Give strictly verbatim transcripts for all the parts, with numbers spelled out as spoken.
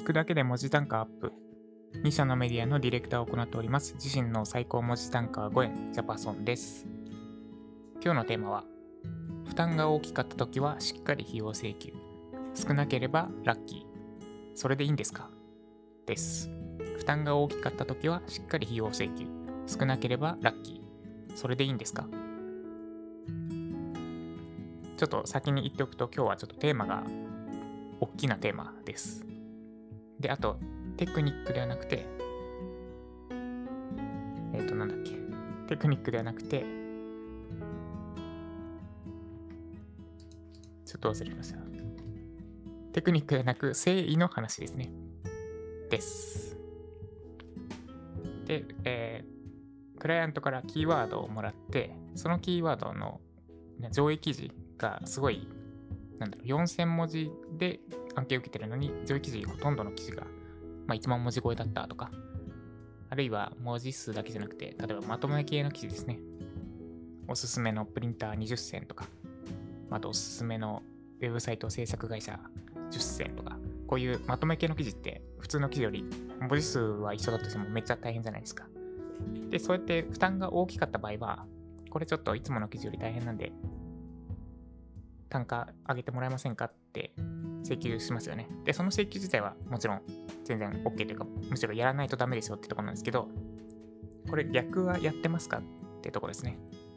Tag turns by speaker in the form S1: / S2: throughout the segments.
S1: 聞くだけで文字単価アップ。に社のメディアのディレクターを行っております。自身の最高文字単価はごえん、ジャパソンです。今日のテーマは、負担が大きかったときはしっかり費用請求。少なければラッキー。それでいいんですかです。負担が大きかったときはしっかり費用請求。少なければラッキー。それでいいんですか？ちょっと先に言っておくと、今日はちょっとテーマが大きなテーマです。で、あと、テクニックではなくて、えっと、なんだっけ。テクニックではなくて、ちょっと忘れました。テクニックではなく、誠意の話ですね。です。で、えー、クライアントからキーワードをもらって、そのキーワードの上位記事がすごい、なんだろう、よんせんもじで案件受けてるのに、上位記事ほとんどの記事が、まあ、いちまんもじ超えだったとか、あるいは文字数だけじゃなくて、例えばまとめ系の記事ですね。おすすめのプリンターにじゅっせんとか、あとおすすめのウェブサイト制作会社じゅっせんとか、こういうまとめ系の記事って普通の記事より文字数は一緒だとしてもめっちゃ大変じゃないですか。で、そうやって負担が大きかった場合は、これちょっといつもの記事より大変なんで、単価上げてもらえませんかって請求しますよね。で、その請求自体はもちろん全然 OK というか、むしろやらないとダメですよってところなんですけど、これ逆はやってますかってところですね。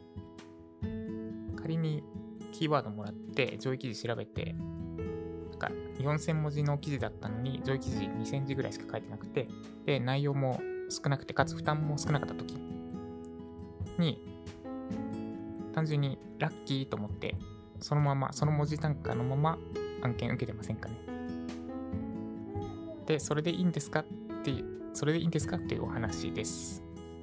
S1: 仮にキーワードもらって上位記事調べて、なんかよんせんもじの記事だったのに上位記事にせんじぐらいしか書いてなくて、で、内容も少なくて、かつ負担も少なかった時に、単純にラッキーと思って、そのまま、その文字単価のまま案件受けてませんかね。で、それでいいんですかっていう、それでいいんですかっていうお話です。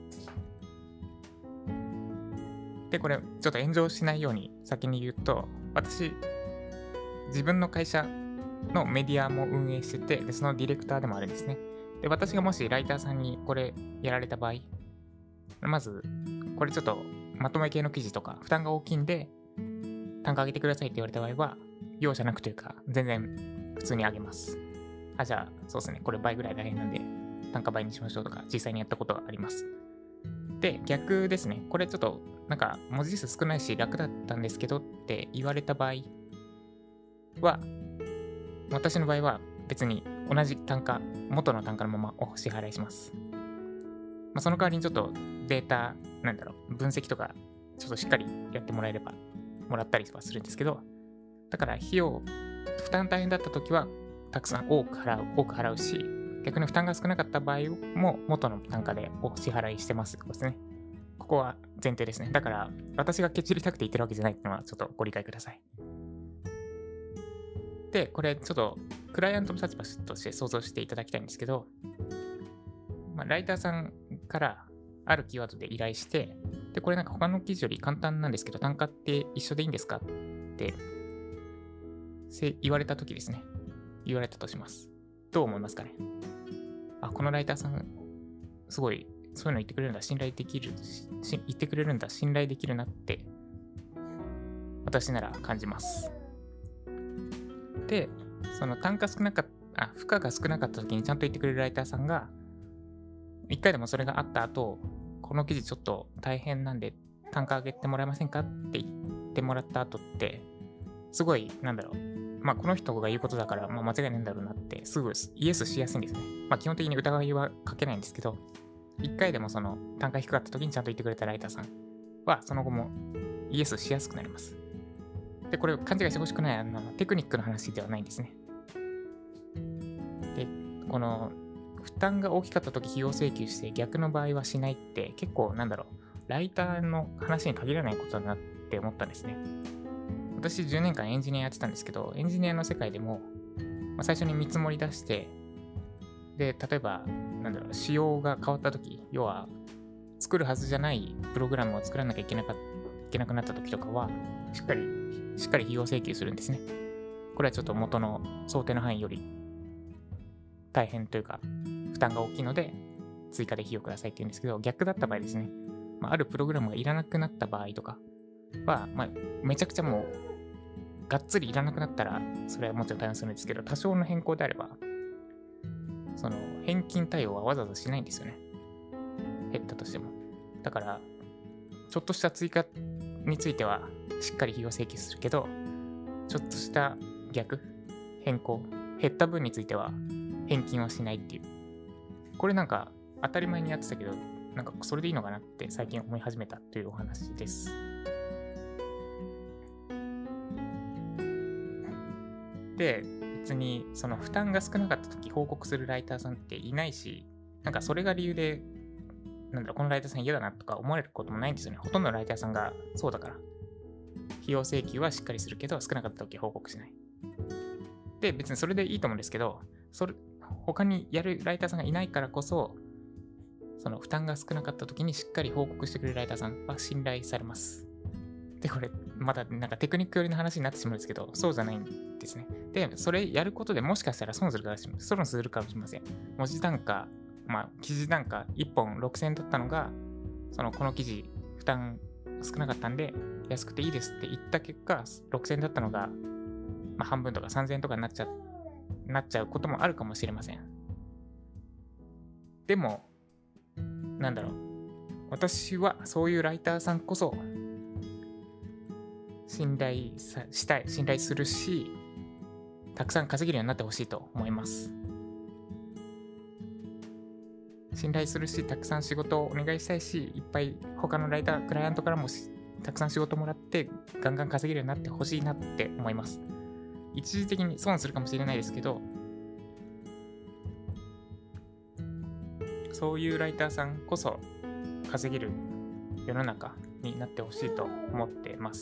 S1: で、これ、ちょっと炎上しないように先に言うと、私、自分の会社のメディアも運営してて、でそのディレクターでもあるんですね。で、私がもしライターさんにこれやられた場合、まず、これちょっとまとめ系の記事とか負担が大きいんで、単価上げてくださいって言われた場合は、容赦なくというか、全然普通に上げます。あ、じゃあ、そうですね、これ倍ぐらい大変なんで、単価倍にしましょうとか、実際にやったことがあります。で、逆ですね、これちょっと、なんか、文字数少ないし楽だったんですけどって言われた場合は、私の場合は別に同じ単価、元の単価のままお支払いします。まあ、その代わりにちょっとデータ、なんだろう、分析とか、ちょっとしっかりやってもらえれば、もらったりはするんですけど、だから費用、負担大変だった時は、たくさん多く払う、多く払うし、逆に負担が少なかった場合も元の単価でお支払いしてますってことですね。ここは前提ですね。だから、私がケチりたくて言ってるわけじゃないっていうのはちょっとご理解ください。で、これちょっと、クライアントの立場として想像していただきたいんですけど、まあ、ライターさんからあるキーワードで依頼して、で、これなんか他の記事より簡単なんですけど、単価って一緒でいいんですかって言われたときですね。言われたとします。どう思いますかね？あ、このライターさん、すごい、そういうの言ってくれるんだ、信頼できる、言ってくれるんだ、信頼できるなって、私なら感じます。で、その単価少なかった、あ、負荷が少なかったときにちゃんと言ってくれるライターさんが、一回でもそれがあった後、この記事ちょっと大変なんで単価上げてもらえませんかって言ってもらった後って、すごい、なんだろう。まあ、この人が言うことだから、まあ、間違いないんだろうなって、すぐイエスしやすいんですね。まあ、基本的に疑いはかけないんですけど、一回でもその単価低かった時にちゃんと言ってくれたライターさんは、その後もイエスしやすくなります。で、これ勘違いしてほしくない、あの、テクニックの話ではないんですね。で、この、負担が大きかった時費用請求して逆の場合はしないって結構なんだろう、ライターの話に限らないことだなって思ったんですね。私じゅうねんかんエンジニアやってたんですけど、エンジニアの世界でも、まあ、最初に見積もり出して、で、例えば、なんだろう、仕様が変わった時、要は、作るはずじゃないプログラムを作らなきゃいけなかいけなくなった時とかは、しっかり、しっかり費用請求するんですね。これはちょっと元の想定の範囲より大変というか、負担が大きいので、追加で費用くださいって言うんですけど、逆だった場合ですね、まあ、あるプログラムがいらなくなった場合とかは、まあ、めちゃくちゃもう、がっつりいらなくなったら、それはもちろん対応するんですけど、多少の変更であれば、 その返金対応はわざわざしないんですよね。減ったとしても。だから、ちょっとした追加についてはしっかり費用請求するけど、ちょっとした逆、変更、減った分については返金はしないっていう。これなんか当たり前にやってたけど、なんかそれでいいのかなって最近思い始めたというお話です。で、別にその負担が少なかった時報告するライターさんっていないし、なんかそれが理由で、なんだろう、このライターさん嫌だなとか思われることもないんですよね。ほとんどのライターさんがそうだから。費用請求はしっかりするけど、少なかった時報告しない。で、別にそれでいいと思うんですけど、それ他にやるライターさんがいないからこそ、その負担が少なかった時にしっかり報告してくれるライターさんは信頼されます。で、これ、またなんかテクニック寄りの話になってしまうんですけど、そうじゃないんですね。で、それやることでもしかしたら損するかもしれません。損するかもしれません。文字単価、まあ、記事単価いっぽんろくせんえんだったのが、その、この記事、負担少なかったんで、安くていいですって言った結果、ろくせんえんだったのが、まあ、半分とかさんぜんえんとかになっちゃう、なっちゃうこともあるかもしれません。でも、なんだろう。私はそういうライターさんこそ、信頼さしたい、信頼するし、たくさん稼げるようになってほしいと思います。信頼するし、たくさん仕事をお願いしたいし、いっぱい他のライター、クライアントからもたくさん仕事もらって、ガンガン稼げるようになってほしいなって思います。一時的に損するかもしれないですけど、そういうライターさんこそ稼げる世の中になってほしいと思ってます。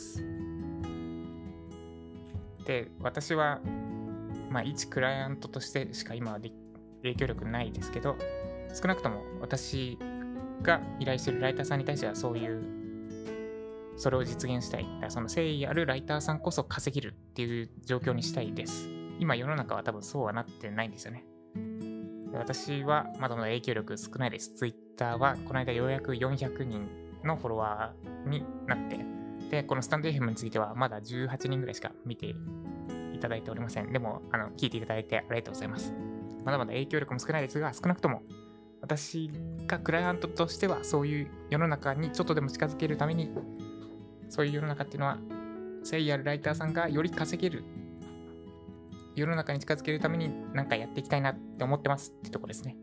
S1: で、私は、まあ、一クライアントとしてしか今は影響力ないですけど、少なくとも私が依頼しているライターさんに対してはそういう、それを実現したい。だからその誠意あるライターさんこそ稼げるっていう状況にしたいです。今世の中は多分そうはなってないんですよね。私はまだまだ影響力少ないです。Twitter はこの間ようやくよんひゃくにんのフォロワーになって、で、このスタンド エフエム についてはまだじゅうはちにんぐらいしか見ていただいておりません。でも、あの、聞いていただいてありがとうございます。まだまだ影響力も少ないですが、少なくとも私がクライアントとしてはそういう世の中にちょっとでも近づけるために、そういう世の中っていうのは、誠意あるライターさんがより稼げる世の中に近づけるために何かやっていきたいなって思ってますってとこですね。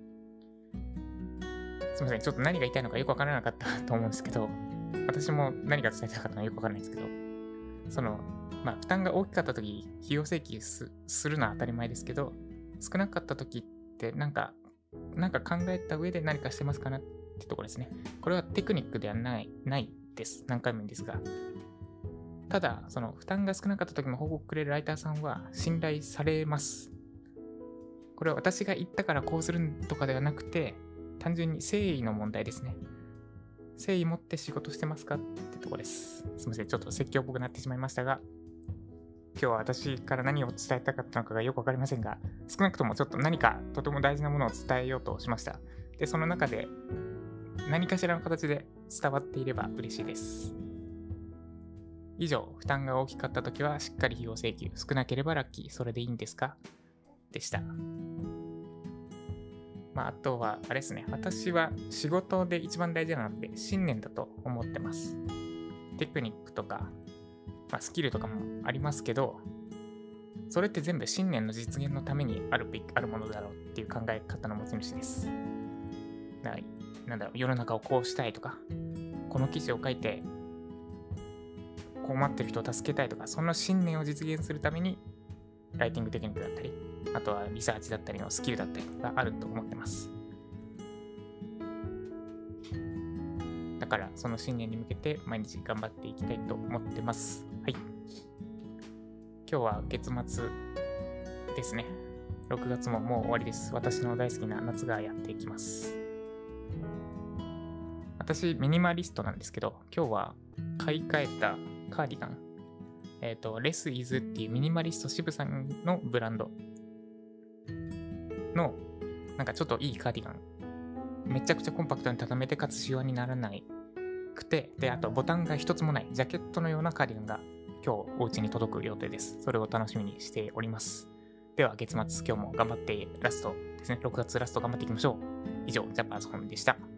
S1: すみません、ちょっと何が言いたいのかよくわからなかったと思うんですけど、私も何が伝えたかったのかよくわからないんですけど、その、まあ、負担が大きかったとき、費用請求 す, するのは当たり前ですけど、少なかったときってなんか、なんか考えた上で何かしてますかなってところですね。これはテクニックではない、ないです。何回も言うんですが。ただ、その負担が少なかった時も報告くれるライターさんは信頼されます。これは私が言ったからこうするとかではなくて、単純に誠意の問題ですね。誠意持って仕事してますかってとこです。すみません、ちょっと説教っぽくなってしまいましたが、今日は私から何を伝えたかったのかがよくわかりませんが、少なくともちょっと何かとても大事なものを伝えようとしました。で、その中で何かしらの形で伝わっていれば嬉しいです。以上、負担が大きかったときはしっかり費用請求、少なければラッキー、それでいいんですかでした。まあ、あとは、あれですね、私は仕事で一番大事なので、信念だと思ってます。テクニックとか、まあ、スキルとかもありますけど、それって全部信念の実現のためにあるべき、あるものだろうっていう考え方の持ち主です。だからなんだろう、世の中をこうしたいとか、この記事を書いて、困ってる人を助けたいとか、その信念を実現するために、ライティングテクニックだったり、あとはリサーチだったりのスキルだったりがあると思ってます。だから、その信念に向けて毎日頑張っていきたいと思ってます。はい。今日は月末ですね。ろくがつももう終わりです。私の大好きな夏がやっていきます。私、ミニマリストなんですけど、今日は買い替えたカーディガン、えっと、レスイズっていうミニマリスト渋さんのブランドの、なんかちょっといいカーディガン。めちゃくちゃコンパクトに畳めて、かつシワにならないくて、で、あとボタンが一つもない、ジャケットのようなカーディガンが今日お家に届く予定です。それを楽しみにしております。 では月末、今日も頑張ってラストですね、ろくがつラスト頑張っていきましょう。以上、ジャパーズ本でした。